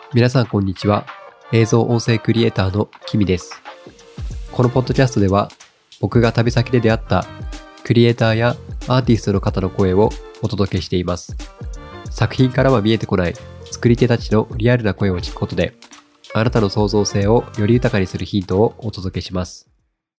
皆さんこんにちは。映像音声クリエイターのキミです。このポッドキャストでは僕が旅先で出会ったクリエイターやアーティストの方の声をお届けしています。作品からは見えてこない作り手たちのリアルな声を聞くことであなたの創造性をより豊かにするヒントをお届けします。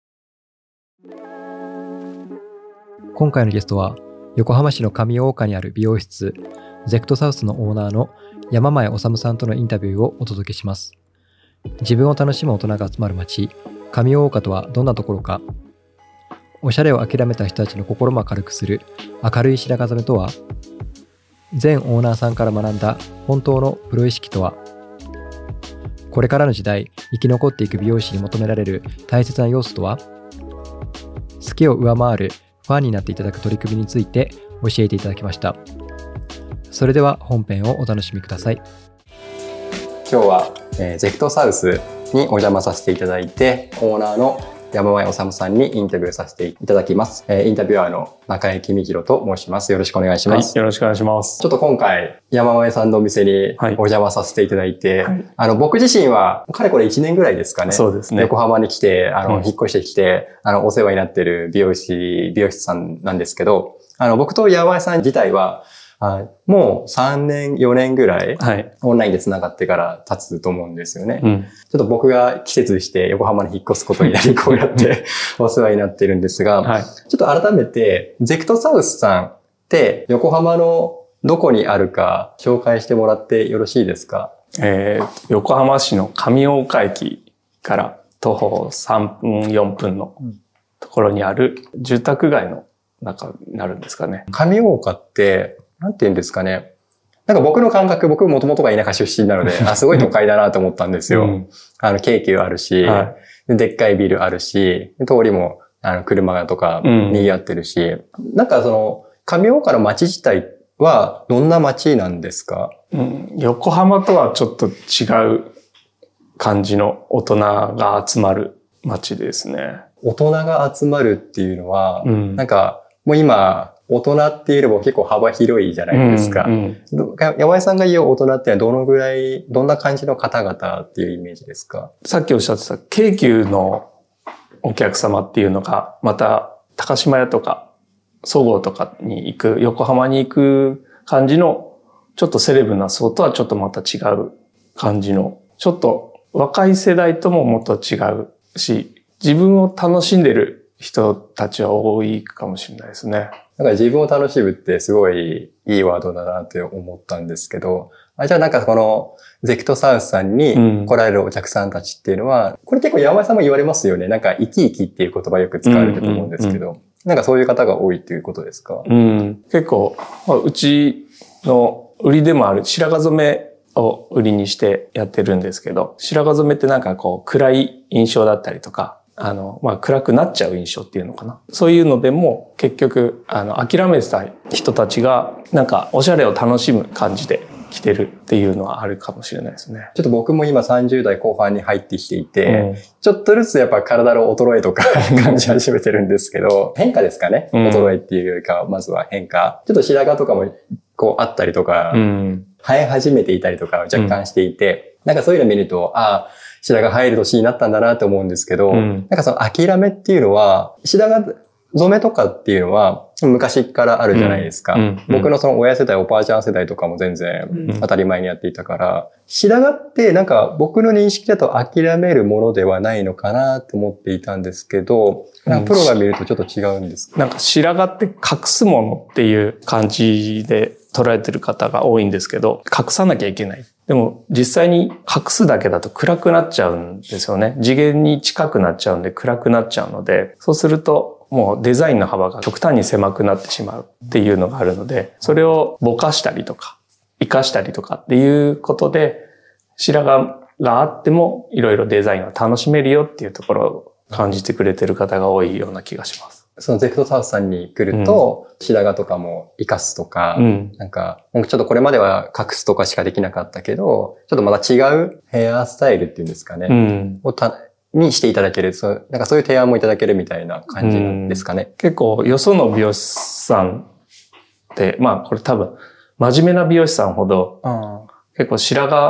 今回のゲストは横浜市の上大岡にある美容室ゼクトサウスのオーナーの山前治さんとのインタビューをお届けします。自分を楽しむ大人が集まる街、上大岡とはどんなところか、おしゃれを諦めた人たちの心も明るくする明るい白髪染めとは、前オーナーさんから学んだ本当のプロ意識とは、これからの時代生き残っていく美容師に求められる大切な要素とは、好きを上回るファンになっていただく取り組みについて教えていただきました。それでは本編をお楽しみください。今日は、ゼクトサウスにお邪魔させていただいて、オーナーの山前治さんにインタビューさせていただきます。インタビュアーの中江公弘と申します。よろしくお願いします。 はい、よろしくお願いします。 ちょっと今回山前さんのお店にお邪魔させていただいて、はい、僕自身はかれこれ1年ぐらいですかね。 そうですね。 横浜に来て、引っ越してきて、お世話になっている美容室さんなんですけど、僕と山前さん自体はもう3年、4年ぐらい、オンラインで繋がってから経つと思うんですよね。ちょっと僕が季節して横浜に引っ越すことになり、こうやってお世話になってるんですが、ちょっと改めて、ゼクトサウスさんって横浜のどこにあるか紹介してもらってよろしいですか？ 横浜市の上大岡駅から徒歩3分、4分のところにある住宅街の中になるんですかね。 上大岡って、なんて言うんですかね。なんか僕の感覚、僕もともとが田舎出身なので、すごい都会だなと思ったんですよ。京急あるし、でっかいビルあるし、通りも、車とか賑わってるし、なんか上大岡の街自体はどんな街なんですか？ 横浜とはちょっと違う感じの大人が集まる街ですね。 大人が集まるっていうのは、なんかもう今、大人っていうよりも結構幅広いじゃないですか。山前さんが言う大人ってのはどんな感じの方々っていうイメージですか？ さっきおっしゃってた京急のお客様っていうのが、また高島屋とか、そごうとかに行く、横浜に行く感じの、ちょっとセレブな層とはちょっとまた違う感じの、ちょっと若い世代とももっと違うし、自分を楽しんでる人たちは多いかもしれないですね。 なんか自分を楽しむってすごいいいワードだなって思ったんですけど、じゃあなんかこのゼクトサウスさんに来られるお客さんたちっていうのは、これ結構山前さんも言われますよね。なんか生き生きっていう言葉よく使われてると思うんですけど、なんかそういう方が多いっていうことですか？ 結構、うちの売りでもある白髪染めを売りにしてやってるんですけど、白髪染めってなんかこう暗い印象だったりとか、暗くなっちゃう印象っていうのかな。そういうのでも結局、諦めてた人たちが、なんかおしゃれを楽しむ感じで来てるっていうのはあるかもしれないですね。 ちょっと僕も今30代後半に入ってきていて、ちょっとずつやっぱ体の衰えとか感じ始めてるんですけど、変化ですかね。衰えっていうよりかは、まずは変化。ちょっと白髪とかもこうあったりとか、生え始めていたりとか若干していて、なんかそういうのを見ると、白髪生える年になったんだなと思うんですけど、なんかその諦めっていうのは、白髪染めとかっていうのは昔からあるじゃないですか。僕のその親世代、おばあちゃん世代とかも全然当たり前にやっていたから、白髪ってなんか僕の認識だと諦めるものではないのかなと思っていたんですけど、なんかプロが見るとちょっと違うんですか？ なんか白髪って隠すものっていう感じで捉えてる方が多いんですけど、隠さなきゃいけない。でも実際に隠すだけだと暗くなっちゃうんですよね。次元に近くなっちゃうんで暗くなっちゃうので、そうするともうデザインの幅が極端に狭くなってしまうっていうのがあるので、それをぼかしたりとか、活かしたりとかっていうことで、白髪があってもいろいろデザインを楽しめるよっていうところを感じてくれてる方が多いような気がします。 そのゼクトサウスさんに来ると、白髪とかも活かすとか、なんか、ちょっとこれまでは隠すとかしかできなかったけど、ちょっとまた違うヘアスタイルっていうんですかね。にしていただける、なんかそういう提案もいただけるみたいな感じなんですかね。 結構、よその美容師さんって、これ多分、真面目な美容師さんほど、結構白髪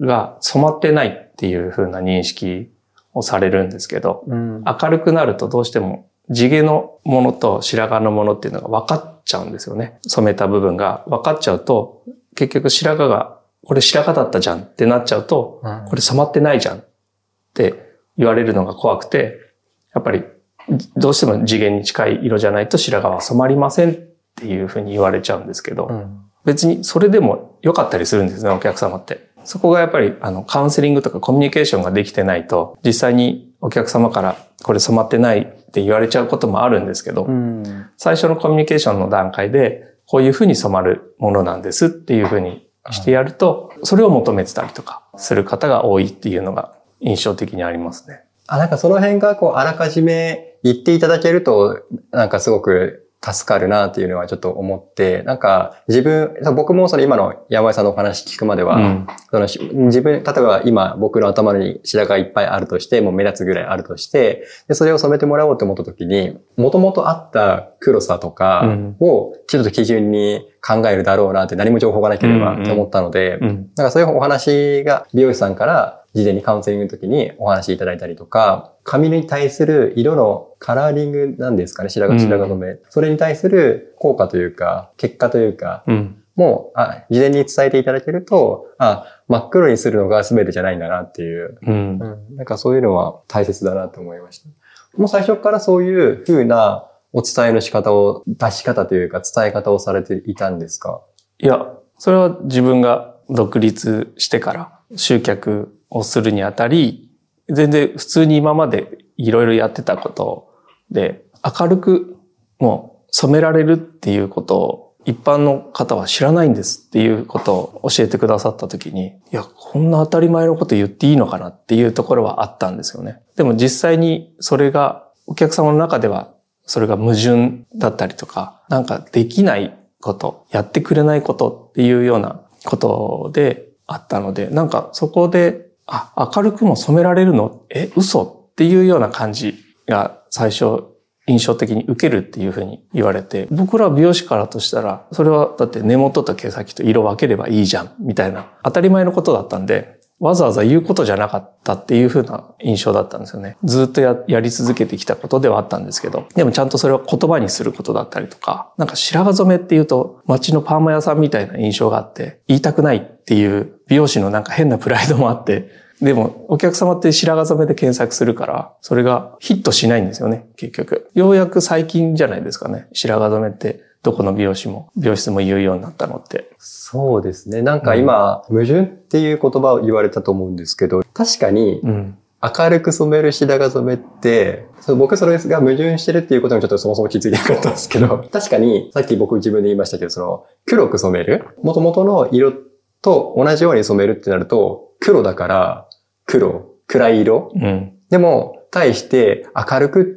が染まってないっていう風な認識をされるんですけど、明るくなるとどうしても地毛のものと白髪のものっていうのが分かっちゃうんですよね。染めた部分が分かっちゃうと、結局白髪が、これ白髪だったじゃんってなっちゃうと、これ染まってないじゃんって言われるのが怖くて、やっぱりどうしても地毛に近い色じゃないと白髪は染まりませんっていうふうに言われちゃうんですけど、別にそれでも良かったりするんですね、お客様って。そこがやっぱりカウンセリングとかコミュニケーションができてないと、実際にお客様からこれ染まってないって言われちゃうこともあるんですけど、最初のコミュニケーションの段階でこういうふうに染まるものなんですっていうふうにしてやると、それを求めてたりとかする方が多いっていうのが印象的にありますね。 なんかその辺があらかじめ言っていただけると、なんかすごく助かるなっていうのはちょっと思って、なんか僕も今の山井さんのお話聞くまでは、自分、例えば今僕の頭に白髪いっぱいあるとして、もう目立つぐらいあるとして、でそれを染めてもらおうと思った時に、元々あった黒さとかをちょっと基準に考えるだろうなって何も情報がなければと思ったので、なんかそういうお話が美容師さんから事前にカウンセリングの時にお話いただいたりとか、髪に対する色のカラーリングなんですかね、白髪染め。それに対する効果というか、結果というか、もう、事前に伝えていただけると、真っ黒にするのが全てじゃないんだなっていう。なんかそういうのは大切だなと思いました。もう最初からそういう風なお伝えの仕方出し方というか伝え方をされていたんですか？ いや、それは自分が独立してから集客をするにあたり、全然普通に今までいろいろやってたことで、明るくもう染められるっていうことを一般の方は知らないんですっていうことを教えてくださったときに、いや、こんな当たり前のこと言っていいのかなっていうところはあったんですよね。でも実際にそれがお客様の中ではそれが矛盾だったりとか、なんかできないこと、やってくれないことっていうようなことであったので、なんかそこで明るくも染められるの？嘘っていうような感じが最初印象的に受けるっていうふうに言われて、僕ら美容師からとしたら、それはだって根元と毛先と色分ければいいじゃんみたいな当たり前のことだったんで、わざわざ言うことじゃなかったっていうふうな印象だったんですよね。ずっとやり続けてきたことではあったんですけど、でもちゃんとそれを言葉にすることだったりとか、なんか白髪染めっていうと街のパーマ屋さんみたいな印象があって、言いたくないっていう美容師のなんか変なプライドもあって、でもお客様って白髪染めで検索するから、それがヒットしないんですよね、結局。ようやく最近じゃないですかね、白髪染めってどこの美容室も言うようになったのって。 そうですね。なんか今、矛盾っていう言葉を言われたと思うんですけど、確かに、明るく染める白髪染めって、僕それが矛盾してるっていうことにちょっとそもそも気づいてなかったんですけど、確かに、さっき僕自分で言いましたけど、黒く染める、元々の色と同じように染めるってなると、黒だから、暗い色。でも、対して明るくって、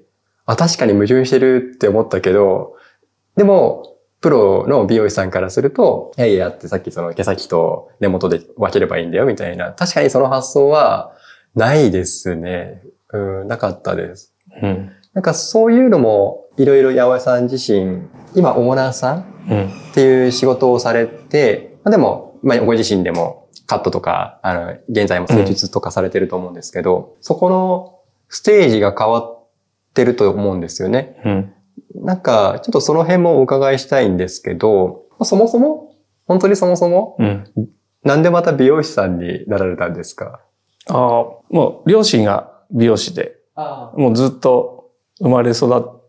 確かに矛盾してるって思ったけど、でも、プロの美容師さんからすると、いやってさっき毛先と根元で分ければいいんだよみたいな。確かにその発想はないですね。なかったです。なんかそういうのもいろいろ八百屋さん自身、今オーナーさんっていう仕事をされて、でも、ご自身でもカットとか、現在も施術とかされてると思うんですけど、そこのステージが変わってると思うんですよね。なんか、ちょっとその辺もお伺いしたいんですけど、本当にそもそも、なんでまた美容師さんになられたんですか？ もう両親が美容師で、もうずっと生まれ育って、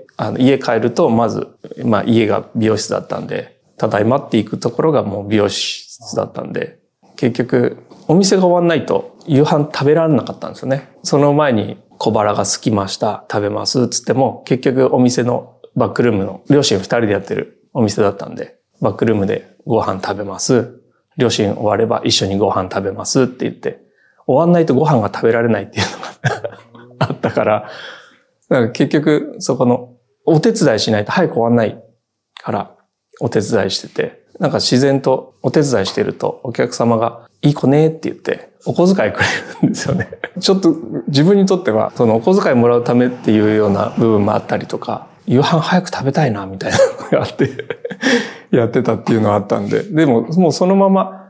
家帰るとまず、家が美容室だったんで、ただいまっていくところがもう美容室だったんで、結局お店が終わんないと夕飯食べられなかったんですよね。その前に小腹が空きました、食べますつっても、結局お店のバックルームの両親2人でやってるお店だったんで、バックルームでご飯食べます、両親終われば一緒にご飯食べますって言って、終わんないとご飯が食べられないっていうのがあったから、結局そこのお手伝いしないと早く終わんないからお手伝いしてて、なんか自然とお手伝いしてるとお客様がいい子ねって言ってお小遣いくれるんですよね。ちょっと自分にとってはそのお小遣いもらうためっていうような部分もあったりとか、夕飯早く食べたいなみたいなのがあってやってたっていうのがあったんで、でももうそのまま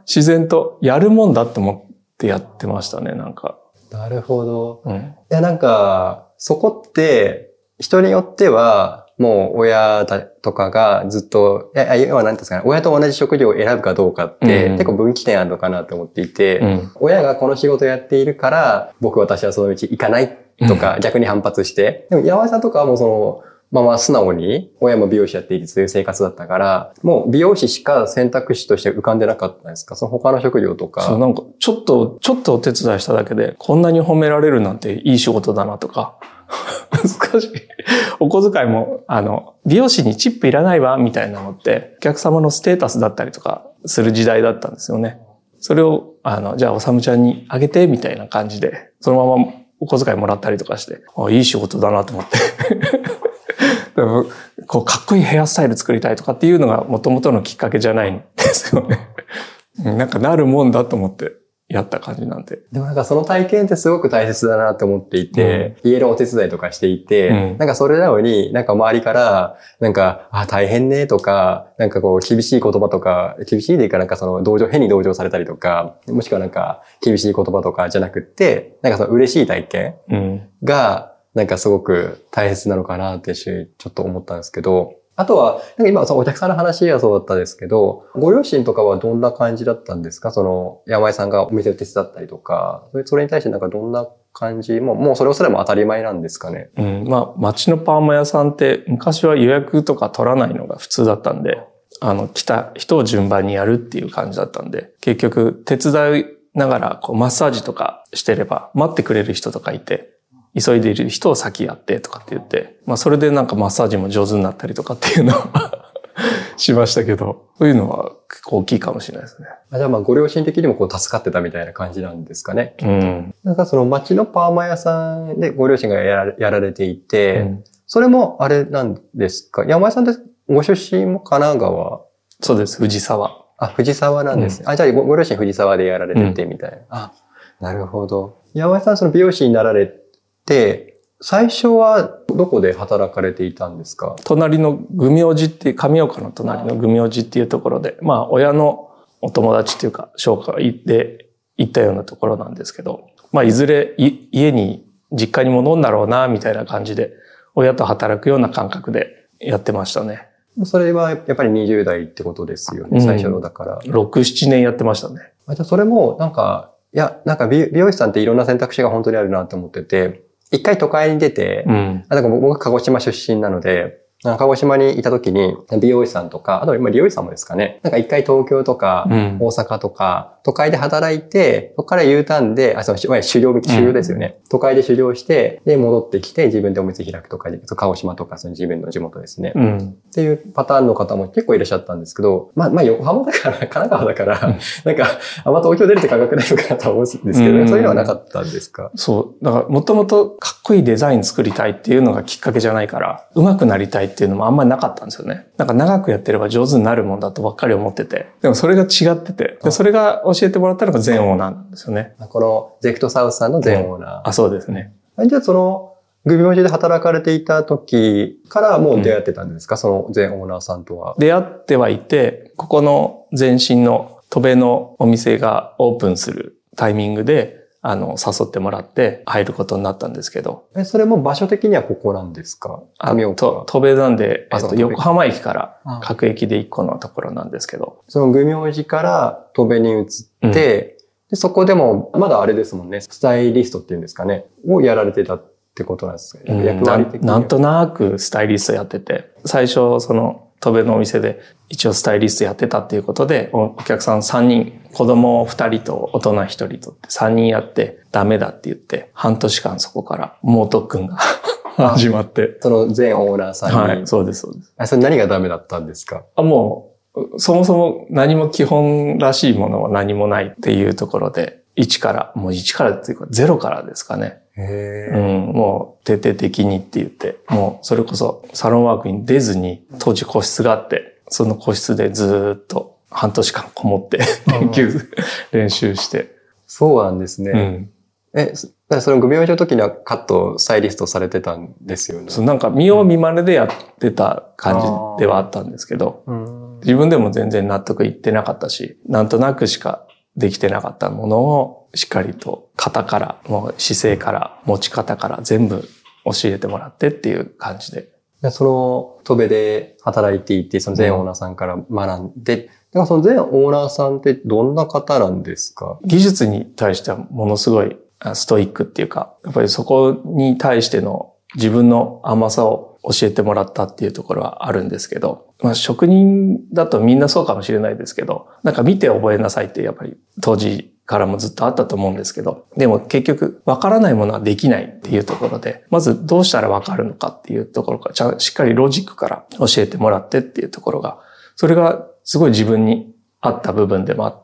自然とやるもんだと思ってやってましたね、なんか。 なるほど。いや、なんか、そこって、人によっては、もう親とかがずっと、要は何ですかね、親と同じ職業を選ぶかどうかって、結構分岐点あるのかなと思っていて、親がこの仕事やっているから、私はそのうち行かないとか、逆に反発して、でも山井さんとかはもうその、まあ素直に、親も美容師やっているという生活だったから、もう美容師しか選択肢として浮かんでなかったんですか？その他の職業とか。 そう、なんか、ちょっとお手伝いしただけで、こんなに褒められるなんていい仕事だなとか、難しい。お小遣いも、美容師にチップいらないわ、みたいなのって、お客様のステータスだったりとかする時代だったんですよね。それを、じゃあ、おさむちゃんにあげて、みたいな感じで、そのままお小遣いもらったりとかして、いい仕事だなと思って。でもこうかっこいいヘアスタイル作りたいとかっていうのが元々のきっかけじゃないんですよね。なんかなるもんだと思ってやった感じなんで。 でもなんかその体験ってすごく大切だなと思っていて、家のお手伝いとかしていて、なんかそれなのになんか周りから、なんか、大変ねとか、なんかこう厳しい言葉とか、厳しいでいいかなんかその変に同情されたりとか、もしくはなんか厳しい言葉とかじゃなくって、なんかその嬉しい体験が、なんかすごく大切なのかなってちょっと思ったんですけど、あとは、なんか今そのお客さんの話はそうだったんですけど、ご両親とかはどんな感じだったんですか？その山井さんがお店を手伝ったりとか、それに対してなんかどんな感じもうそれをすれば当たり前なんですかね？ まあ街のパーマ屋さんって昔は予約とか取らないのが普通だったんで、来た人を順番にやるっていう感じだったんで、結局手伝いながらこうマッサージとかしてれば待ってくれる人とかいて、急いでいる人を先やってとかって言って、まあそれでなんかマッサージも上手になったりとかっていうのはしましたけど、そういうのは結構大きいかもしれないですね。 じゃあまあご両親的にもこう助かってたみたいな感じなんですかね。なんかその街のパーマ屋さんでご両親がやられていて、それもあれなんですか？山井さんってご出身も神奈川？ そうです、藤沢。 藤沢なんですね。じゃあご両親藤沢でやられててみたいな。なるほど。山井さんその美容師になられて、最初はどこで働かれていたんですか？ 隣の愚明寺っていう、上岡の隣の愚明寺っていうところで、まあ親のお友達っていうか、紹介で行ったようなところなんですけど、まあいずれ家に、実家に戻るんだろうな、みたいな感じで、親と働くような感覚でやってましたね。 それはやっぱり20代ってことですよね、最初のだから。 6、7年やってましたね。 じゃあそれもなんか美容師さんっていろんな選択肢が本当にあるなと思ってて、一回都会に出て、なんか僕鹿児島出身なので、鹿児島にいた時に美容師さんとか、あと美容師さんもですかね。なんか一回東京とか大阪とか、都会で働いて、そこから U ターンで、修行ですよね。都会で修行して、で戻ってきて自分でお店開くとか、鹿児島とかその自分の地元ですね。っていうパターンの方も結構いらっしゃったんですけど、まあ横浜だから、神奈川だから、なんかあんま東京出るって感覚ないのかなと思うんですけど、そういうのはなかったんですか？ そう。だからもともとかっこいいデザイン作りたいっていうのがきっかけじゃないから、上手くなりたいっていうのもあんまりなかったんですよね。なんか長くやってれば上手になるもんだとばっかり思ってて。でもそれが違ってて。でそれが教えてもらったのが前オーナーなんですよね。 このゼクトサウスさんの前オーナー。 そうですね。 じゃあその、愚明寺で働かれていた時からもう出会ってたんですか？その前オーナーさんとは。 出会ってはいて、ここの前身の戸辺のお店がオープンするタイミングで、誘ってもらって入ることになったんですけど。 それも場所的にはここなんですか？ 戸辺なんで、横浜駅から各駅で1個のところなんですけど。 その愚明寺から戸辺に移って、でそこでもまだあれですもんね、スタイリストっていうんですかね、をやられてたってことなんですか？役割的になんとなくスタイリストやってて、最初その戸辺のお店で一応スタイリストやってたっていうことで、お客さん3人、子供2人と大人1人とって3人やってダメだって言って、半年間そこから猛特訓が始まって。 その前オーナーさんに。 はい、そうです、そうです。 それ何がダメだったんですか？ もう、そもそも何も基本らしいものは何もないっていうところで、1からっていうか0からですかね。もう徹底的にって言って、もうそれこそサロンワークに出ずに、当時個室があって、その個室でずーっと半年間こもって練習して。 そうなんですね。その愚明寺の時にはカット、スタイリストされてたんですよね。 そう、なんか見よう見まねでやってた感じではあったんですけど、 自分でも全然納得いってなかったし、なんとなくしかできてなかったものをしっかりと型から、もう姿勢から持ち方から全部教えてもらってっていう感じで。 その戸部で働いていて、その前オーナーさんから学んで、その前オーナーさんってどんな方なんですか？ 技術に対してはものすごいストイックっていうか、やっぱりそこに対しての自分の甘さを教えてもらったっていうところはあるんですけど、職人だとみんなそうかもしれないですけど、なんか見て覚えなさいってやっぱり当時からもずっとあったと思うんですけど、でも結局わからないものはできないっていうところで、まずどうしたらわかるのかっていうところからしっかりロジックから教えてもらってっていうところが、それがすごい自分に合った部分でもあって、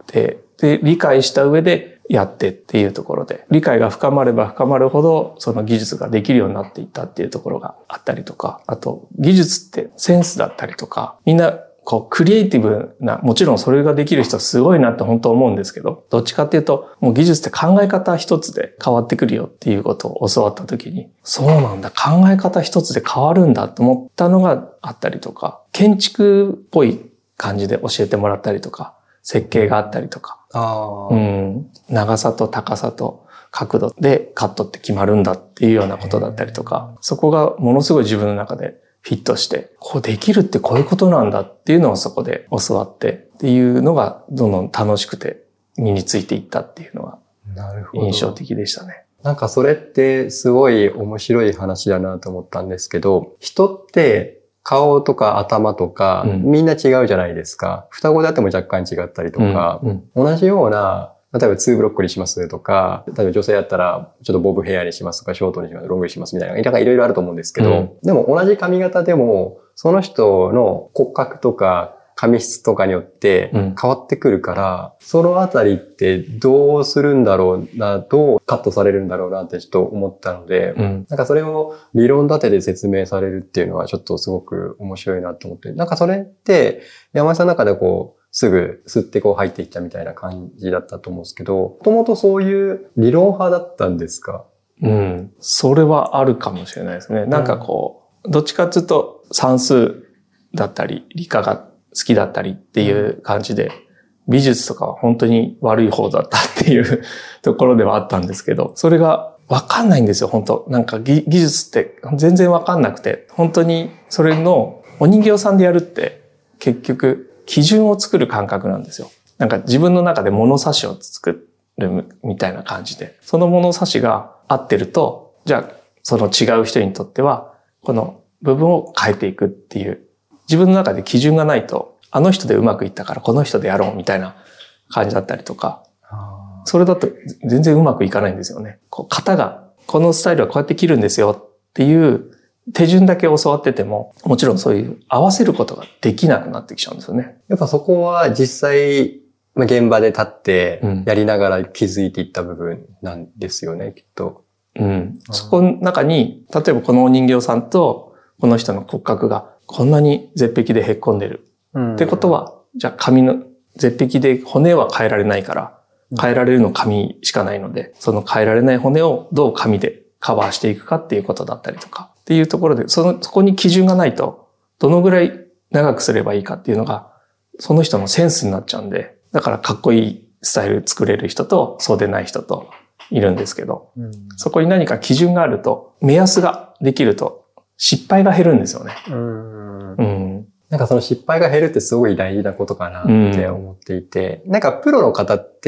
で、理解した上でやってっていうところで、理解が深まれば深まるほど、その技術ができるようになっていったっていうところがあったりとか、あと、技術ってセンスだったりとか、みんな、クリエイティブな、もちろんそれができる人はすごいなって本当思うんですけど、どっちかっていうと、もう技術って考え方一つで変わってくるよっていうことを教わった時に、そうなんだ、考え方一つで変わるんだと思ったのがあったりとか、建築っぽい感じで教えてもらったりとか、設計があったりとか、長さと高さと角度でカットって決まるんだっていうようなことだったりとか、そこがものすごい自分の中でフィットして、こうできるってこういうことなんだっていうのをそこで教わってっていうのがどんどん楽しくて身についていったっていうのが印象的でしたね。 なんかそれってすごい面白い話だなと思ったんですけど、人って顔とか頭とか、みんな違うじゃないですか。双子であっても若干違ったりとか、同じような、例えば2ブロックにしますとか、例えば女性だったらちょっとボブヘアにしますとか、ショートにします、ロングにしますみたいな、なんかいろいろあると思うんですけど、でも同じ髪型でも、その人の骨格とか髪質とかによって変わってくるから、そのあたりってどうするんだろうな、どうカットされるんだろうなってちょっと思ったので、なんかそれを理論立てで説明されるっていうのはちょっとすごく面白いなと思って、なんかそれって山井さんの中ですぐ吸って入っていったみたいな感じだったと思うんですけど、もともとそういう理論派だったんですか？ それはあるかもしれないですね。なんかどっちかっていうと算数だったり理科が好きだったりっていう感じで、美術とかは本当に悪い方だったっていうところではあったんですけど、それがわかんないんですよ、本当。なんか技術って全然わかんなくて、本当にそれのお人形さんでやるって結局基準を作る感覚なんですよ。なんか自分の中で物差しを作るみたいな感じで、その物差しが合ってると、じゃあその違う人にとってはこの部分を変えていくっていう、自分の中で基準がないと、あの人でうまくいったからこの人でやろうみたいな感じだったりとか、それだと全然うまくいかないんですよね。型が、このスタイルはこうやって切るんですよっていう手順だけ教わってても、もちろんそういう合わせることができなくなってきちゃうんですよね。 やっぱそこは実際、現場で立ってやりながら気づいていった部分なんですよね、きっと。 そこの中に、例えばこのお人形さんとこの人の骨格がこんなに絶壁でへっこんでる。ってことは、じゃあ髪の絶壁で骨は変えられないから、変えられるの髪しかないので、その変えられない骨をどう髪でカバーしていくかっていうことだったりとか、っていうところで、そこに基準がないと、どのぐらい長くすればいいかっていうのが、その人のセンスになっちゃうんで、だからかっこいいスタイル作れる人とそうでない人といるんですけど、そこに何か基準があると、目安ができると失敗が減るんですよね。 なんかその失敗が減るってすごい大事なことかなって思っていて、なんかプロの方って、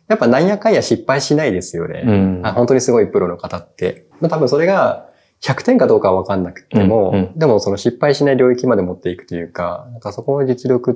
やっぱなんやかんや失敗しないですよね。本当にすごいプロの方って。多分それが100点かどうかは分かんなくても、でもその失敗しない領域まで持っていくというか、なんかそこの実力って、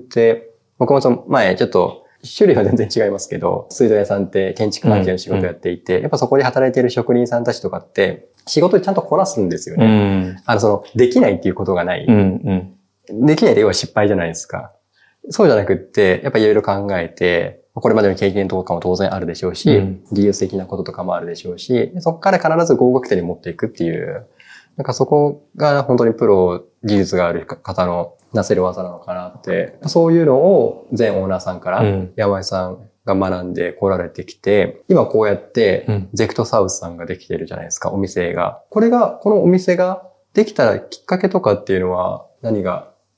僕もその前ちょっと種類は全然違いますけど、水道屋さんって建築関係の仕事をやっていて、やっぱそこで働いている職人さんたちとかって仕事ちゃんとこなすんですよね。できないっていうことがない。できないで要は失敗じゃないですか。そうじゃなくって、やっぱいろいろ考えて、これまでの経験とかも当然あるでしょうし、技術的なこととかもあるでしょうし、そこから必ず合格点に持っていくっていう、なんかそこが本当にプロ技術がある方のなせる技なのかなって、そういうのを前オーナーさんから山井さんが学んで来られてきて、今こうやってゼクトサウスさんができてるじゃないですか、お店が。このお店ができたきっかけとかっていうのは何が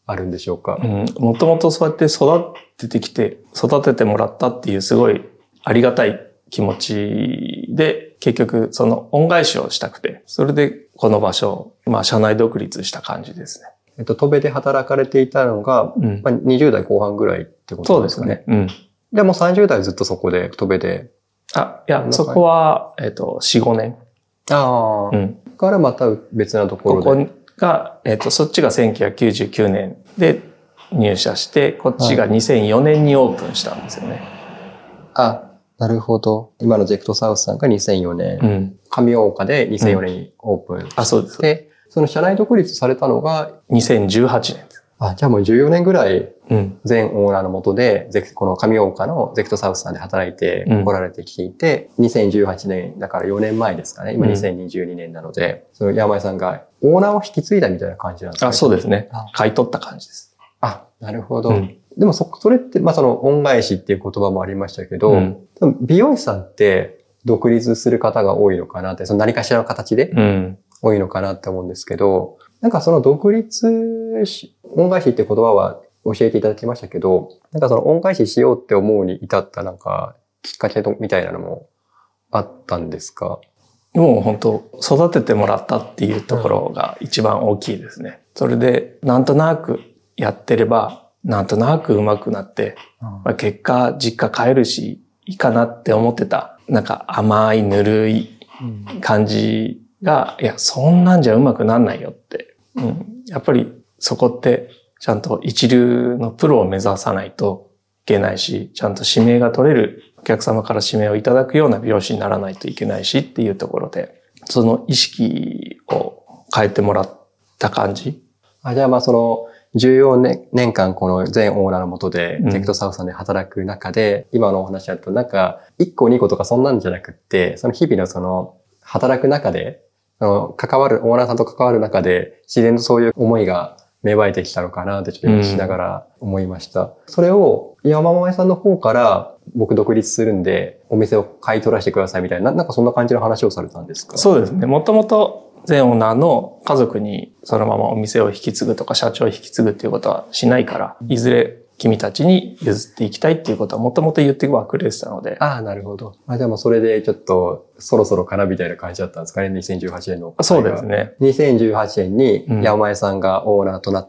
あるんでしょうか？ もともとそうやって育ててもらったっていうすごいありがたい気持ちで、結局その恩返しをしたくて、それでこの場所を、社内独立した感じですね。 戸部で働かれていたのが、20代後半ぐらいってことですかね。 そうですね。 でもう30代ずっとそこで、戸部で。 いや、そこは、4、5年。 からまた別なところで。 ここが、そっちが1999年で入社して、こっちが2004年にオープンしたんですよね。 なるほど。今のゼクトサウスさんが2004年。上大岡で2004年にオープン。 そうです。 で、その社内独立されたのが 2018年です。 じゃあもう14年ぐらい、前オーナーの下で、この上大岡のゼクトサウスさんで働いて来られてきていて、2018年、だから4年前ですかね。今2022年なので、その山井さんがオーナーを引き継いだみたいな感じなんですか？ そうですね。買い取った感じです。 なるほど。でもそれって、その恩返しっていう言葉もありましたけど、美容師さんって独立する方が多いのかなって、その何かしらの形で多いのかなって思うんですけど、なんかその独立恩返しって言葉は教えていただきましたけど、なんかその恩返ししようって思うに至ったなんかきっかけみたいなのもあったんですか？ もう本当育ててもらったっていうところが一番大きいですね。それでなんとなくやってればなんとなく上手くなって、結果実家帰るしいいかなって思ってたなんか甘いぬるい感じが、いやそんなんじゃ上手くなんないよって、やっぱりそこってちゃんと一流のプロを目指さないといけないし、ちゃんと指名が取れるお客様から指名をいただくような美容師にならないといけないしっていうところで、その意識を変えてもらった感じ。 じゃあその14年間この前オーナーの下でゼクトサウスさんで働く中で、今のお話だとなんか1個2個とかそんなんじゃなくって、その日々のその働く中で、オーナーさんと関わる中で自然とそういう思いが芽生えてきたのかなってちょっとしながら思いました。それを山前さんの方から僕独立するんでお店を買い取らせてくださいみたいな、なんかそんな感じの話をされたんですか？ そうですね。もともと前オーナーの家族にそのままお店を引き継ぐとか社長を引き継ぐっていうことはしないから、いずれ君たちに譲っていきたいっていうことはもともと言ってはくれてたので。 なるほど。じゃあもうそれでちょっとそろそろかなみたいな感じだったんですかね、2018年の。 そうですね。 2018年に山前さんがオーナーとなって、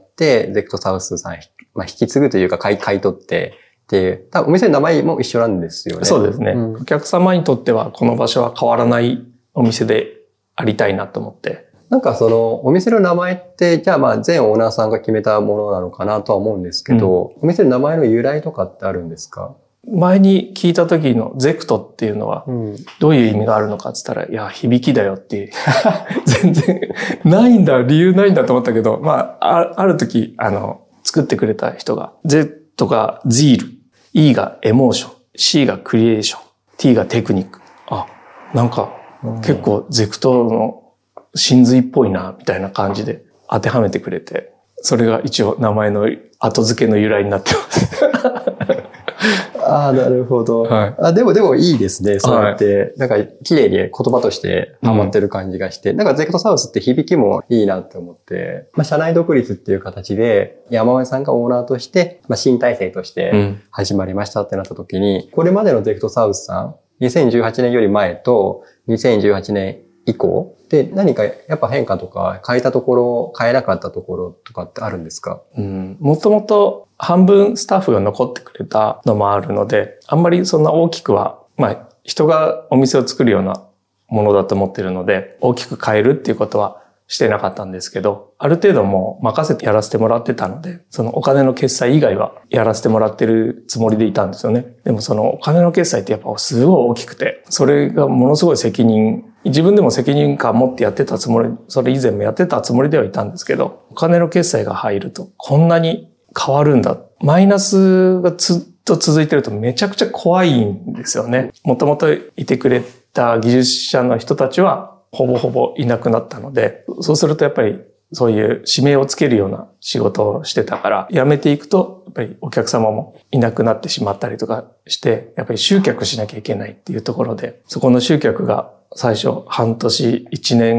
ゼクトサウスさん引き継ぐというか買い取って、で、多分お店の名前も一緒なんですよね。 そうですね。お客様にとってはこの場所は変わらないお店でありたいなと思って。 なんかそのお店の名前って、じゃあ前オーナーさんが決めたものなのかなとは思うんですけど、お店の名前の由来とかってあるんですか？ 前に聞いた時のゼクトっていうのはどういう意味があるのかって言ったら、いや、響きだよって全然ないんだ、理由ないんだと思ったけど、ある時、作ってくれた人が、Z がゼール、E がエモーション、C がクリエーション、T がテクニック。なんか結構ゼクトの真髄っぽいな、みたいな感じで当てはめてくれて、それが一応名前の後付けの由来になってます。 なるほど。でもいいですね。そうやって、なんか綺麗に言葉としてハマってる感じがして、なんかゼクトサウスって響きもいいなって思って、社内独立っていう形で山上さんがオーナーとして、新体制として始まりましたってなった時に、これまでのゼクトサウスさん、2018年より前と2018年以降で何かやっぱ変化とか変えたところ、変えなかったところとかってあるんですか？ もともと半分スタッフが残ってくれたのもあるので、あんまりそんな大きくは、人がお店を作るようなものだと思ってるので、大きく変えるっていうことはしてなかったんですけど、ある程度もう任せてやらせてもらってたので、そのお金の決済以外はやらせてもらってるつもりでいたんですよね。でもそのお金の決済ってやっぱすごい大きくて、それがものすごい自分でも責任感持ってやってたつもり、それ以前もやってたつもりではいたんですけど、お金の決済が入るとこんなに変わるんだ。マイナスがずっと続いてるとめちゃくちゃ怖いんですよね。もともといてくれた技術者の人たちはほぼほぼいなくなったので、そうするとやっぱりそういう指名をつけるような仕事をしてたから、辞めていくとやっぱりお客様もいなくなってしまったりとかして、やっぱり集客しなきゃいけないっていうところで、そこの集客が最初半年、1年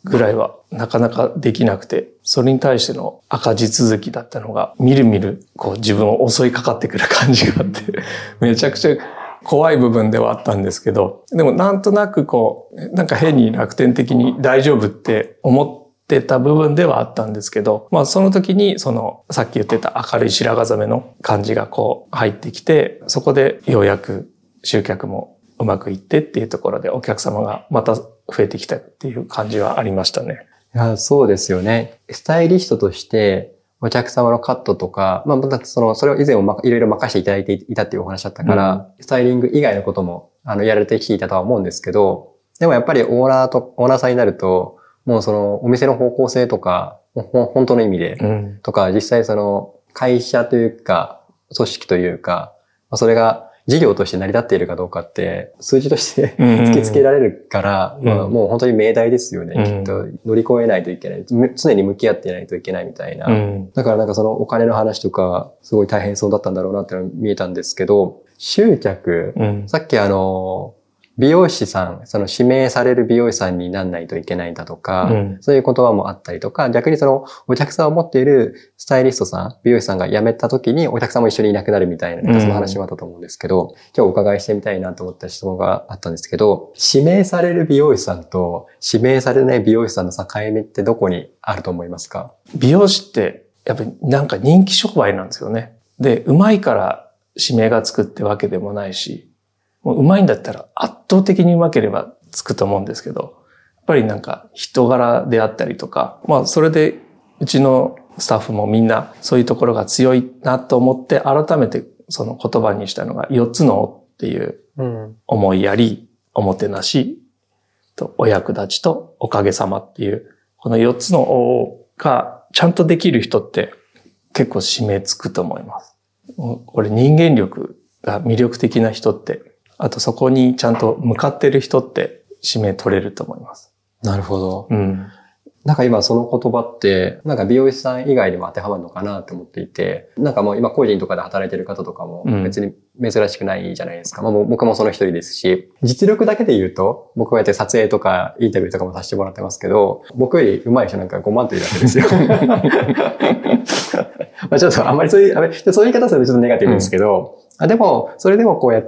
ぐらいはなかなかできなくて、それに対しての赤字続きだったのが、みるみるこう自分を襲いかかってくる感じがあって、めちゃくちゃ怖い部分ではあったんですけど、でもなんとなくこう、なんか変に楽天的に大丈夫って思ってた部分ではあったんですけど、まあその時にさっき言ってた明るい白髪染めの感じがこう入ってきて、そこでようやく集客もうまくいってっていうところでお客様がまた増えてきたっていう感じはありましたね。 いや、そうですよね。スタイリストとしてお客様のカットとか、まあ、それを以前もいろいろ任せていただいていたっていうお話だったから、スタイリング以外のこともやられてきていたとは思うんですけど、でもやっぱりオーナーさんになると、もうお店の方向性とか、本当の意味で、とか、実際会社というか、組織というか、それが事業として成り立っているかどうかって、数字として突きつけられるから、もう本当に命題ですよね。きっと乗り越えないといけない。常に向き合っていないといけないみたいな。だからお金の話とか、すごい大変そうだったんだろうなってのが見えたんですけど、集客、さっき美容師さん、指名される美容師さんになんないといけないんだとか、そういう言葉もあったりとか、逆にお客さんを持っているスタイリストさん、美容師さんが辞めた時にお客さんも一緒にいなくなるみたいな、その話もあったと思うんですけど、今日お伺いしてみたいなと思った質問があったんですけど、指名される美容師さんと指名されない美容師さんの境目ってどこにあると思いますか？ 美容師って、やっぱりなんか人気商売なんですよね。で、上手いから指名がつくってわけでもないし、もう上手いんだったら圧倒的に上手ければつくと思うんですけど、やっぱりなんか人柄であったりとか、まあそれでうちのスタッフもみんなそういうところが強いなと思って改めてその言葉にしたのが4つのおっていう思いやり、おもてなしとお役立ちとおかげさまっていうこの4つのおがちゃんとできる人って結構指名つくと思います。これ人間力が魅力的な人ってあとそこにちゃんと向かってる人って指名取れると思います。 なるほど。なんか今その言葉って、なんか美容師さん以外にも当てはまるのかなって思っていて、なんかもう今個人とかで働いてる方とかも別に珍しくないじゃないですか。まあ僕もその一人ですし、実力だけで言うと、僕はやって撮影とかインタビューとかもさせてもらってますけど、僕より上手い人なんか5万というだけですよ。まあちょっとあんまりそういう言い方するとちょっとネガティブですけど、でも、それでもこうやって、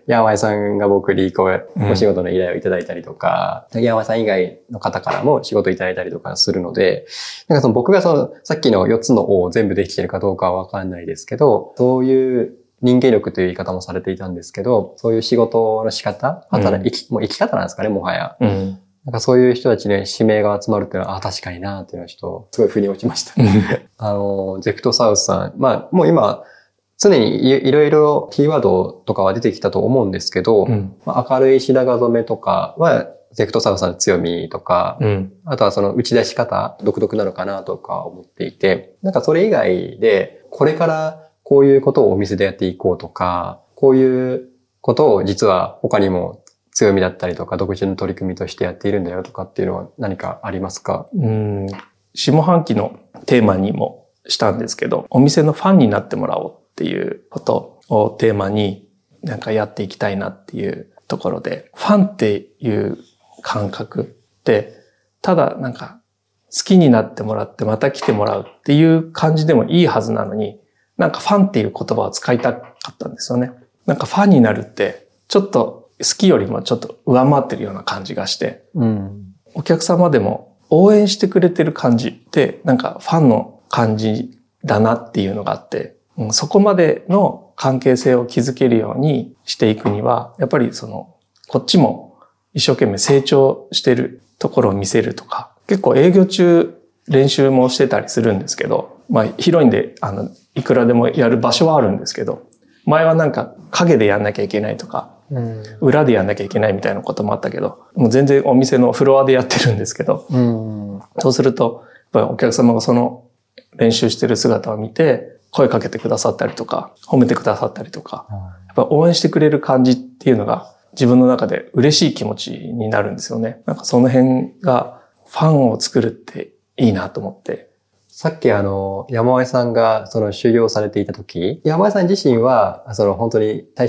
山前さんが僕にお仕事の依頼をいただいたりとか、山前さん以外の方からも仕事いただいたりとかするので、なんか僕がさっきの4つの O を全部できてるかどうかはわかんないですけど、そういう人間力という言い方もされていたんですけど、そういう仕事の仕方、もう生き方なんですかね、もはや。なんかそういう人たちに指名が集まるっていうのは、確かになーっていうのはちょっと、すごい腑に落ちました。ゼクトサウスさん。まあ、もう今、常にいろいろキーワードとかは出てきたと思うんですけど、まあ、明るい白髪染めとかは、ゼクトサウスさんの強みとか、あとはその打ち出し方、独特なのかなとか思っていて、なんかそれ以外で、これからこういうことをお店でやっていこうとか、こういうことを実は他にも強みだったりとか、独自の取り組みとしてやっているんだよとかっていうのは何かありますか？ 下半期のテーマにもしたんですけど、お店のファンになってもらおうっていうことをテーマになんかやっていきたいなっていうところで、ファンっていう感覚ってただなんか好きになってもらってまた来てもらうっていう感じでもいいはずなのに、なんかファンっていう言葉を使いたかったんですよね。なんかファンになるってちょっと好きよりもちょっと上回ってるような感じがして、お客様でも応援してくれてる感じってなんかファンの感じだなっていうのがあって、そこまでの関係性を築けるようにしていくには、やっぱりこっちも一生懸命成長してるところを見せるとか、結構営業中練習もしてたりするんですけど、まあ広いんで、いくらでもやる場所はあるんですけど、前はなんか影でやんなきゃいけないとか、裏でやんなきゃいけないみたいなこともあったけど、もう全然お店のフロアでやってるんですけど、そうすると、やっぱりお客様がその練習してる姿を見て、声かけてくださったりとか、褒めてくださったりとか、やっぱ応援してくれる感じっていうのが自分の中で嬉しい気持ちになるんですよね。なんかその辺がファンを作るっていいなと思って。 さっき山前さんが修行されていた時、山前さん自身は本当に最初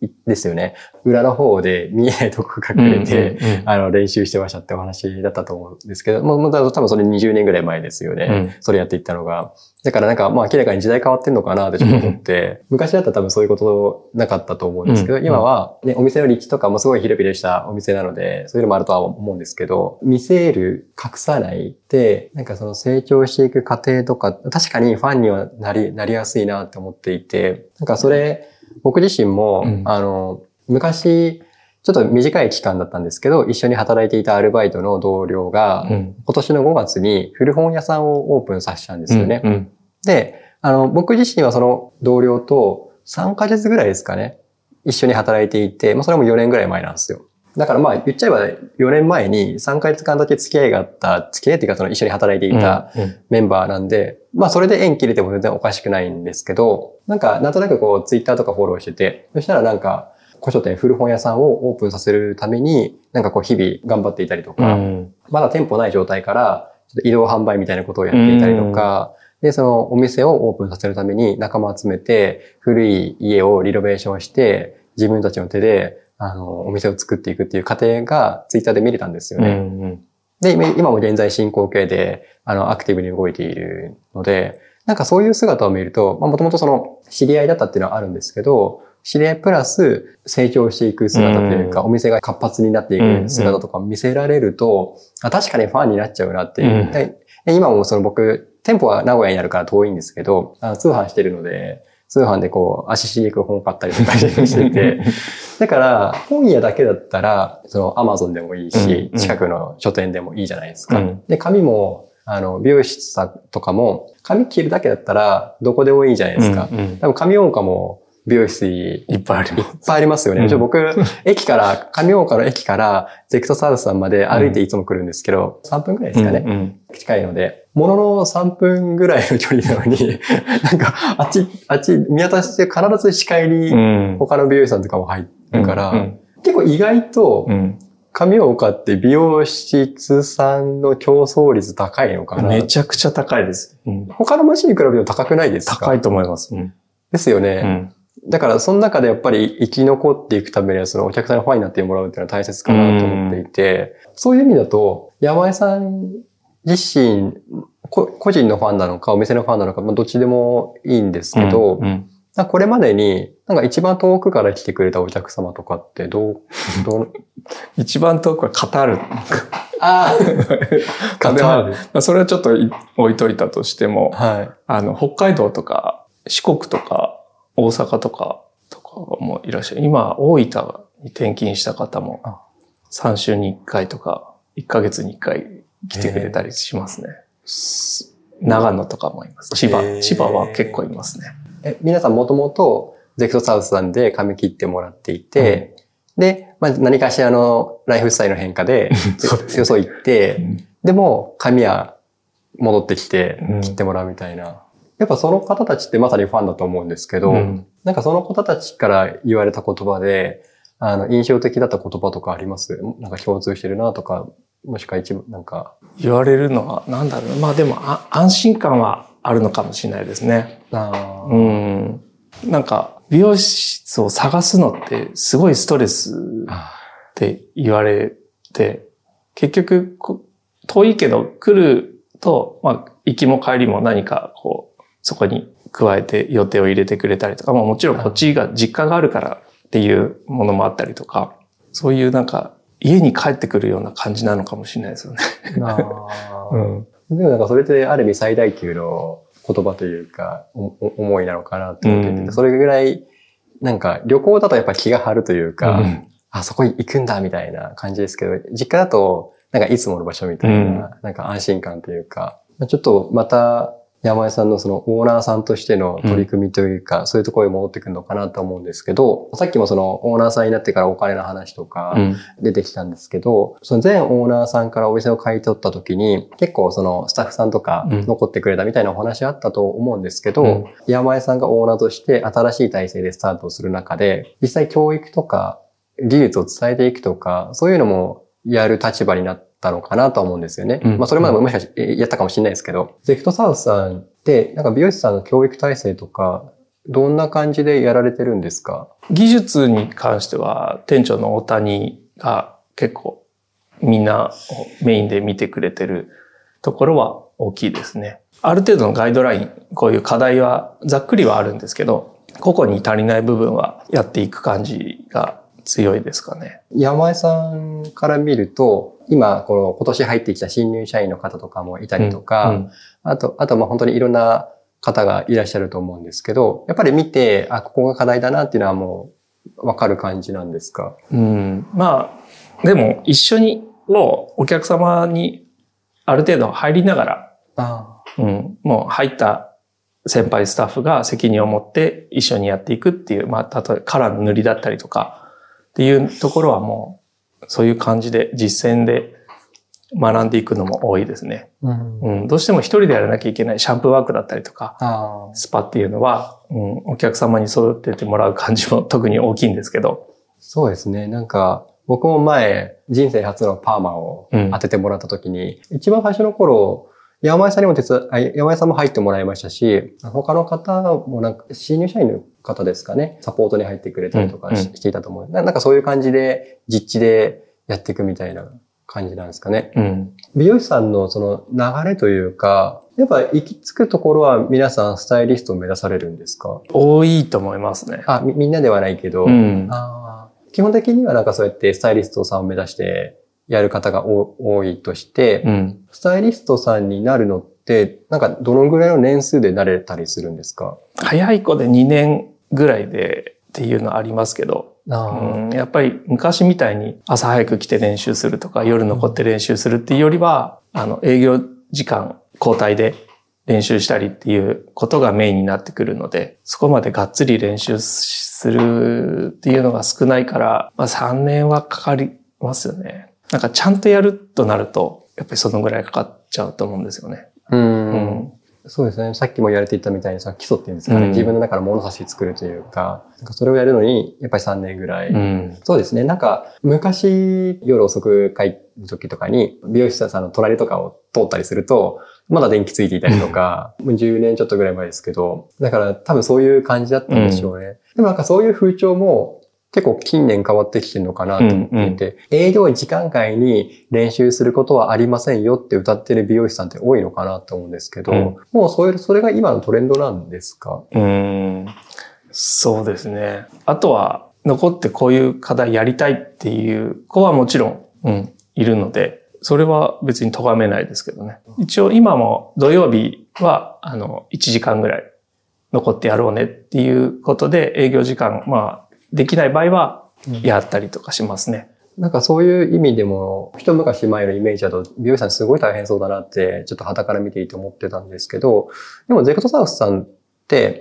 ですよね。裏の方で見えないとこ隠れて、練習してましたってお話だったと思うんですけど、もう多分それ20年ぐらい前ですよね。それやっていったのが。だからなんか明らかに時代変わってんのかなってちょっと思って、昔だったら多分そういうことなかったと思うんですけど、今はね、お店の立地とかもすごい広々したお店なので、そういうのもあるとは思うんですけど、見せる、隠さないって、なんかその成長していく過程とか、確かにファンにはなりやすいなって思っていて、なんかそれ、僕自身も、昔、ちょっと短い期間だったんですけど、一緒に働いていたアルバイトの同僚が、今年の5月に古本屋さんをオープンさせたんですよね。で、僕自身はその同僚と3ヶ月ぐらいですかね、一緒に働いていて、それも4年ぐらい前なんですよ。だから言っちゃえば4年前に3ヶ月間だけ付き合いっていうかその一緒に働いていたメンバーなんで、それで縁切れても全然おかしくないんですけど、なんとなくこうツイッターとかフォローしてて、そしたらなんか古書店古本屋さんをオープンさせるためになんかこう日々頑張っていたりとか、まだ店舗ない状態からちょっと移動販売みたいなことをやっていたりとか、で、そのお店をオープンさせるために仲間集めて古い家をリノベーションして自分たちの手でお店を作っていくっていう過程がツイッターで見れたんですよね。で、今も現在進行形で、アクティブに動いているので、なんかそういう姿を見ると、もともとその知り合いだったっていうのはあるんですけど、知り合いプラス成長していく姿というか、お店が活発になっていく姿とかを見せられると、確かにファンになっちゃうなっていう。今もその僕、店舗は名古屋にあるから遠いんですけど、通販してるので、通販でこう、足しげく本買ったりとかしてて、だから、本屋だけだったら、その Amazon でもいいし、近くの書店でもいいじゃないですか。で、髪も、美容室さんとかも、髪切るだけだったら、どこでもいいじゃないですか。多分髪音化も、美容室いっぱいありますよね。僕、上大岡の駅から、ゼクトサウスさんまで歩いていつも来るんですけど、3分くらいですかね。近いので、ものの3分ぐらいの距離なのに、なんか、あっち見渡して必ず視界に他の美容師さんとかも入るから、結構意外と、上大岡って美容室さんの競争率高いのかな。 めちゃくちゃ高いです。 他の街に比べると高くないですか？ 高いと思います。 ですよね。だから、その中でやっぱり生き残っていくためには、そのお客さんのファンになってもらうっていうのは大切かなと思っていて、そういう意味だと、山江さん自身、個人のファンなのか、お店のファンなのか、どっちでもいいんですけど、これまでに、なんか一番遠くから来てくれたお客様とかって一番遠くはカタール。 カタール。 それはちょっと置いといたとしても、北海道とか四国とか大阪とかもいらっしゃる。今、大分に転勤した方も3週に1回とか1ヶ月に1回来てくれたりしますね。長野とかもいます。千葉は結構いますね。 皆さんもともとゼクトサウスさんで髪切ってもらっていて、で、何かしらのライフスタイルの変化で、よそ行って、でも髪は戻ってきて切ってもらうみたいな。やっぱその方たちってまさにファンだと思うんですけど、なんかその方たちから言われた言葉で、印象的だった言葉とかあります？なんか共通してるなとか、もしくは一部、なんか。 言われるのは、なんだろう。でも安心感はあるのかもしれないですね。なんか、美容室を探すのってすごいストレスって言われて、結局、遠いけど来ると、行きも帰りも何かそこに加えて予定を入れてくれたりとか、もちろんこっちが実家があるからっていうものもあったりとか、そういうなんか家に帰ってくるような感じなのかもしれないですよね。 でもなんかそれってある意味最大級の言葉というか、思いなのかなって思ってて、それぐらい、なんか旅行だとやっぱ気が張るというか、そこに行くんだみたいな感じですけど、実家だとなんかいつもの場所みたいな、なんか安心感というか、ちょっとまた山江さんのそのオーナーさんとしての取り組みというか、そういうところに戻ってくるのかなと思うんですけど、さっきもそのオーナーさんになってからお金の話とか出てきたんですけど、その前オーナーさんからお店を買い取った時に、結構そのスタッフさんとか残ってくれたみたいなお話あったと思うんですけど、山江さんがオーナーとして新しい体制でスタートする中で、実際教育とか技術を伝えていくとか、そういうのもやる立場になったのかなと思うんですよね。それまでももしかしてやったかもしれないですけど、ゼクトサウスさんって、なんか美容師さんの教育体制とか、 どんな感じでやられてるんですか？ 技術に関しては、店長の大谷が結構みんなをメインで見てくれてるところは大きいですね。ある程度のガイドライン、こういう課題はざっくりはあるんですけど、個々に足りない部分はやっていく感じが強いですかね。 山井さんから見ると、今今年入ってきた新入社員の方とかもいたりとか、あと本当にいろんな方がいらっしゃると思うんですけど、やっぱり見て、ここが課題だなっていうのはもうわかる感じなんですか？ まあ、でも一緒にもうお客様にある程度入りながら、もう入った先輩スタッフが責任を持って一緒にやっていくっていう、まあ、例えばカラーの塗りだったりとかっていうところはもうそういう感じで実践で学んでいくのも多いですね。どうしても一人でやらなきゃいけないシャンプーワークだったりとか、スパっていうのは、お客様に育ててもらう感じも特に大きいんですけど。 そうですね。なんか、僕も前、人生初のパーマを当ててもらった時に、一番最初の頃、山井さんも入ってもらいましたし、他の方もなんか、新入社員の方ですかね、サポートに入ってくれたりとかしていたと思う。なんかそういう感じで、実地でやっていくみたいな感じなんですかね。美容師さんのその流れというか、やっぱ行き着くところは皆さんスタイリストを目指されるんですか？ 多いと思いますね。 みんなではないけど、基本的にはなんかそうやってスタイリストさんを目指してやる方が多いとして、スタイリストさんになるのって、なんかどのぐらいの年数でなれたりするんですか？ 早い子で2年ぐらいでっていうのはありますけど、やっぱり昔みたいに朝早く来て練習するとか夜残って練習するっていうよりは、営業時間交代で練習したりっていうことがメインになってくるので、そこまでがっつり練習するっていうのが少ないから、3年はかかりますよね。なんかちゃんとやるとなると、やっぱりそのぐらいかかっちゃうと思うんですよね。 そうですね。さっきも言われていたみたいに基礎っていうんですかね。自分の中の物差し作るというか、なんかそれをやるのに、やっぱり3年ぐらい。そうですね。なんか、昔、夜遅く帰る時とかに、美容師さんの隣とかを通ったりすると、まだ電気ついていたりとか、もう10年ちょっとぐらい前ですけど、だから多分そういう感じだったんでしょうね。でもなんかそういう風潮も、結構近年変わってきてるのかなと思っていて、営業時間外に練習することはありませんよって歌ってる美容師さんって多いのかなと思うんですけど、もうそれが今のトレンドなんですか？ そうですね。あとは残ってこういう課題やりたいっていう子はもちろん、いるので、それは別に咎めないですけどね。一応今も土曜日は1時間ぐらい残ってやろうねっていうことで営業時間、できない場合はやったりとかしますね。 なんかそういう意味でも、一昔前のイメージだと美容師さんすごい大変そうだなって、ちょっと傍から見ていて思ってたんですけど、でもゼクトサウスさんって、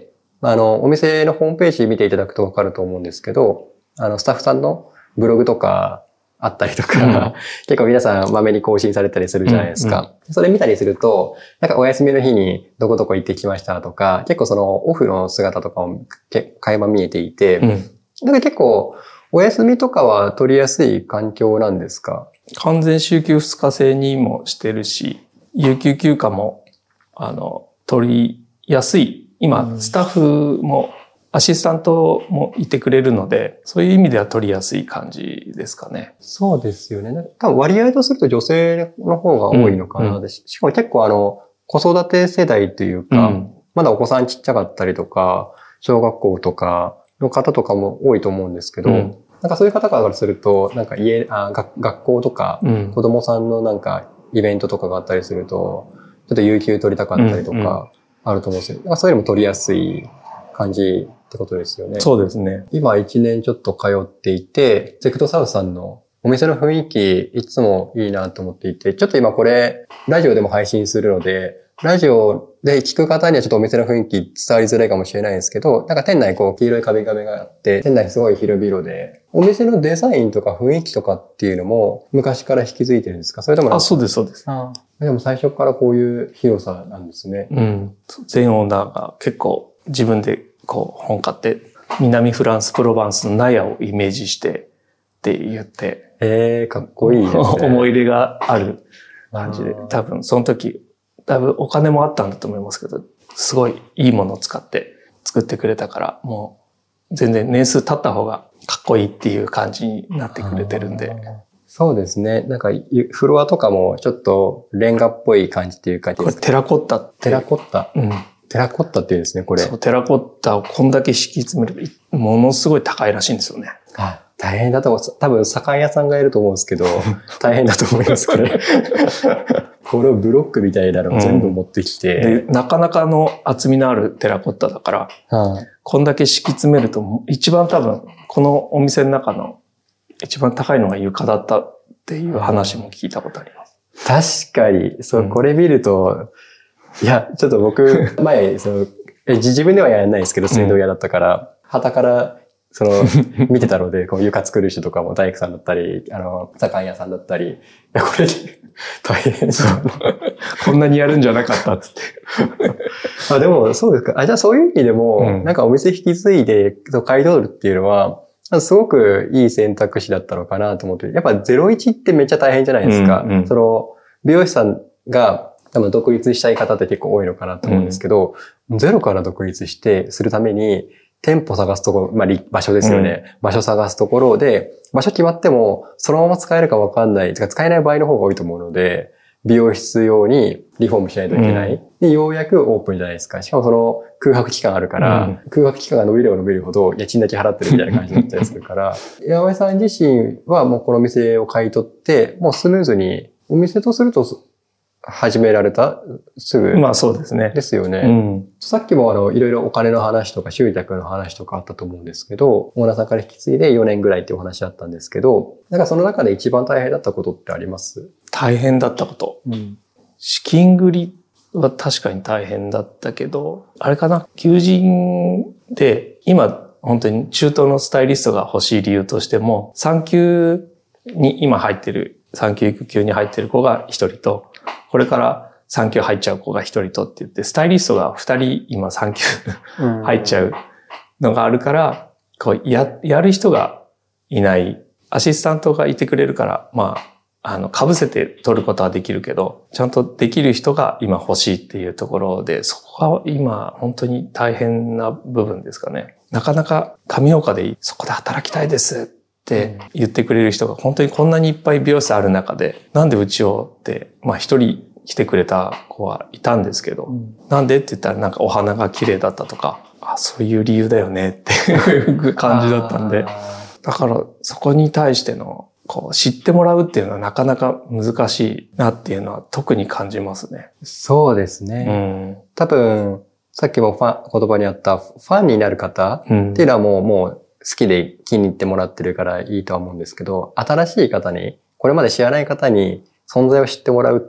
お店のホームページ見ていただくとわかると思うんですけど、スタッフさんのブログとかあったりとか、結構皆さんまめに更新されたりするじゃないですか。それ見たりすると、なんかお休みの日にどこどこ行ってきましたとか、結構そのオフの姿とかも垣間見えていて、なんか結構、お休みとかは取りやすい環境なんですか？ 完全週休2日制にもしてるし、有給休暇も、取りやすい。今、スタッフも、アシスタントもいてくれるので、そういう意味では取りやすい感じですかね。 そうですよね。多分割合とすると女性の方が多いのかな。しかも結構子育て世代というか、まだお子さんちっちゃかったりとか、小学校とか、の方とかも多いと思うんですけど、なんかそういう方からすると、なんか学校とか、子供さんのなんかイベントとかがあったりすると、ちょっと有給取りたかったりとか、あると思うんですよ。だからそういうのも取りやすい感じってことですよね。 そうですね。 今1年ちょっと通っていて、ゼクトサウスさんのお店の雰囲気、いつもいいなと思っていて、ちょっと今これ、ラジオでも配信するので、ラジオで聞く方にはちょっとお店の雰囲気伝わりづらいかもしれないんですけど、なんか店内黄色い壁紙があって、店内すごい広々で、お店のデザインとか雰囲気とかっていうのも昔から引き継いでるんですか？それともそうです、そうです。 でも最初からこういう広さなんですね。 全オーナーが結構自分で本買って、南フランス、プロバンスの納屋をイメージしてって言って。 かっこいいですね。 思い入れがある感じで、多分その時、お金もあったんだと思いますけど、すごいいいものを使って作作ってくれたから、もう全然年数経った方がかっこいいっていう感じになってくれてるんで。 そうですね。なんか、フロアとかもちょっとレンガっぽい感じっていうか。 これテラコッタって。 テラコッタ。うん。テラコッタって言うんですね、これ。 そう、テラコッタをこんだけ敷き詰めると、ものすごい高いらしいんですよね。 大変だと思う。多分、左官屋さんがいると思うんですけど、大変だと思います、これ。これをブロックみたいなのを全部持ってきて。 で、なかなかの厚みのあるテラコッタだから、こんだけ敷き詰めると、一番多分、このお店の中の一番高いのが床だったっていう話も聞いたことあります。 確かに、そう、これ見ると、いや、ちょっと僕、前、自分ではやらないですけど、水道屋だったから、旗から、見てたので、こう床作る人とかも大工さんだったり、左官屋さんだったり、いや、これ、大変そう。 こんなにやるんじゃなかったっつって。 でも、そうですか。じゃあそういう意味でも、なんかお店引き継いで、買い取るっていうのは、すごくいい選択肢だったのかなと思って。やっぱ01ってめっちゃ大変じゃないですか。美容師さんが多分独立したい方って結構多いのかなと思うんですけど、ゼロから独立するために、店舗探すところ、場所ですよね。場所探すところで、場所決まっても、そのまま使えるかわかんない、使えない場合の方が多いと思うので、美容室用にリフォームしないといけない。で、ようやくオープンじゃないですか。しかもその空白期間あるから、空白期間が伸びれば伸びるほど家賃だけ払ってるみたいな感じになったりするから、山井さん自身はもうこの店を買い取って、もうスムーズに、お店とすると、始められたすぐ。 まあそうですね。 ですよね。さっきもいろいろお金の話とか集客の話とかあったと思うんですけど、オーナーさんから引き継いで4年ぐらいっていうお話あったんですけど、なんかその中で一番大変だったことってあります？ 大変だったこと。資金繰りは確かに大変だったけど、あれかな、求人で今本当に中東のスタイリストが欲しい理由としても、産休に今入ってる、産休育休に入ってる子が1人と、これから産休入っちゃう子が1人とって言って、スタイリストが2人今産休入っちゃうのがあるから、こうやる人がいない。アシスタントがいてくれるから、被せて取ることはできるけど、ちゃんとできる人が今欲しいっていうところで、そこが今本当に大変な部分ですかね。なかなか上岡でそこで働きたいですって言ってくれる人が本当にこんなにいっぱい美容室ある中で、なんでうちをって、一人来てくれた子はいたんですけど、なんでって言ったらなんかお花が綺麗だったとか、そういう理由だよねっていう感じだったんで、だからそこに対しての知ってもらうっていうのはなかなか難しいなっていうのは特に感じますね。 そうですね。多分、さっきも言葉にあったファンになる方っていうのはもう好きで気に入ってもらってるからいいとは思うんですけど、新しい方に、これまで知らない方に存在を知ってもらうって、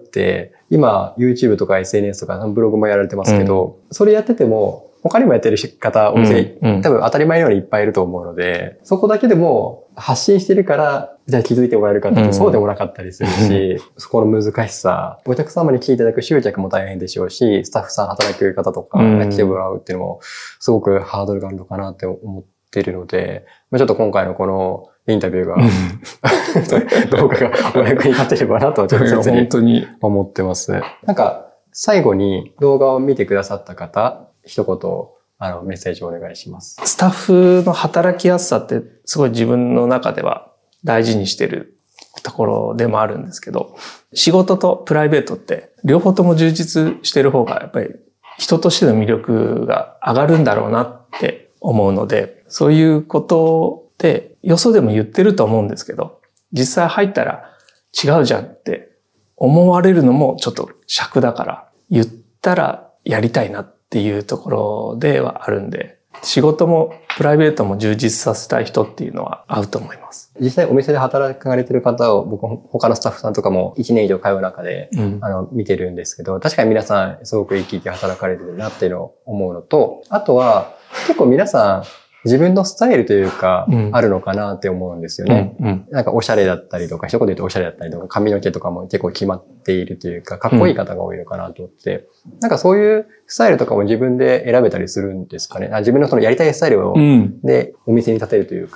今 YouTube とか SNS とかブログもやられてますけど、それやってても他にもやってる方、お店、多分当たり前のようにいっぱいいると思うので、そこだけでも発信してるから、じゃあ気づいてもらえるかってそうでもなかったりするし、そこの難しさ、お客様に来ていただく集客も大変でしょうし、スタッフさん働く方とかが来てもらうっていうのも、すごくハードルがあるのかなって思っているので、ちょっと今回のこのインタビューが、動画がお役に立てればなと、ちょっと本当に思ってます。なんか、最後に動画を見てくださった方、一言、メッセージをお願いします。 スタッフの働きやすさってすごい自分の中では大事にしてるところでもあるんですけど、仕事とプライベートって両方とも充実してる方がやっぱり人としての魅力が上がるんだろうなって思うので、そういうことってよそでも言ってると思うんですけど、実際入ったら違うじゃんって思われるのもちょっと尺だから、言ったらやりたいなっていうところではあるんで、仕事もプライベートも充実させたい人っていうのは合うと思います。 実際お店で働かれてる方を僕他のスタッフさんとかも1年以上通う中で、見てるんですけど、確かに皆さんすごく生き生き働かれてるなっていうのを思うのと、あとは結構皆さん自分のスタイルというか、あるのかなって思うんですよね。なんかおしゃれだったりとか、一言で言うとおしゃれだったりとか、髪の毛とかも結構決まっているというか、かっこいい方が多いのかなと思って、なんかそういうスタイルとかも自分で選べたりするんですかね。自分のそのやりたいスタイルを、で、お店に立てるというか。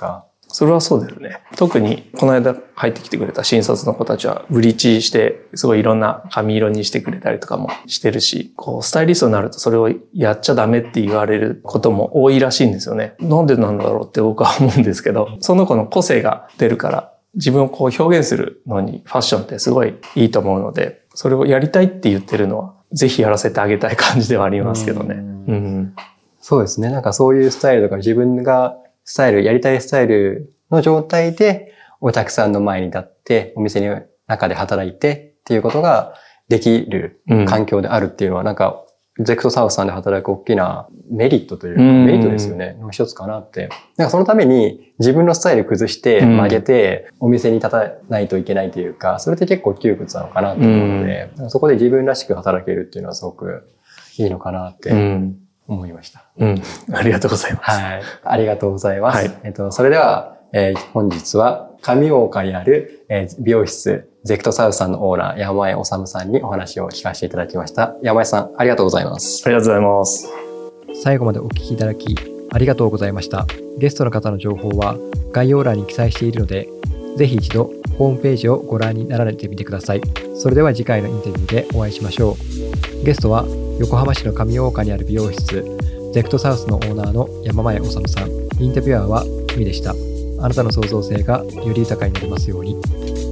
それはそうですね。特にこの間入ってきてくれた新卒の子たちはブリーチしてすごいいろんな髪色にしてくれたりとかもしてるし、スタイリストになるとそれをやっちゃダメって言われることも多いらしいんですよね。なんでなんだろうって僕は思うんですけど、その子の個性が出るから自分を表現するのにファッションってすごいいいと思うので、それをやりたいって言ってるのはぜひやらせてあげたい感じではありますけどね。 そうですね。なんかそういうスタイルとか自分がやりたいスタイルの状態でお客さんの前に立ってお店の中で働いてっていうことができる環境であるっていうのはなんかゼクトサウスさんで働く大きなメリットというかメリットですよね。の一つかなって。なんかそのために自分のスタイル崩して曲げてお店に立たないといけないというか、それって結構窮屈なのかなと思うので、そこで自分らしく働けるっていうのはすごくいいのかなって思いました。 ありがとうございます。 はい。ありがとうございます。それでは、本日は上大岡にある、美容室ゼクトサウスさんのオーナー山前治さんにお話を聞かせていただきました。山前さん、ありがとうございます。 ありがとうございます。 最後までお聞きいただきありがとうございました。ゲストの方の情報は概要欄に記載しているので、ぜひ一度ホームページをご覧になられてみてください。それでは次回のインタビューでお会いしましょう。ゲストは横浜市の上大岡にある美容室ゼクトサウスのオーナーの山前治さん。インタビュアーは君でした。あなたの創造性がより豊かになりますように。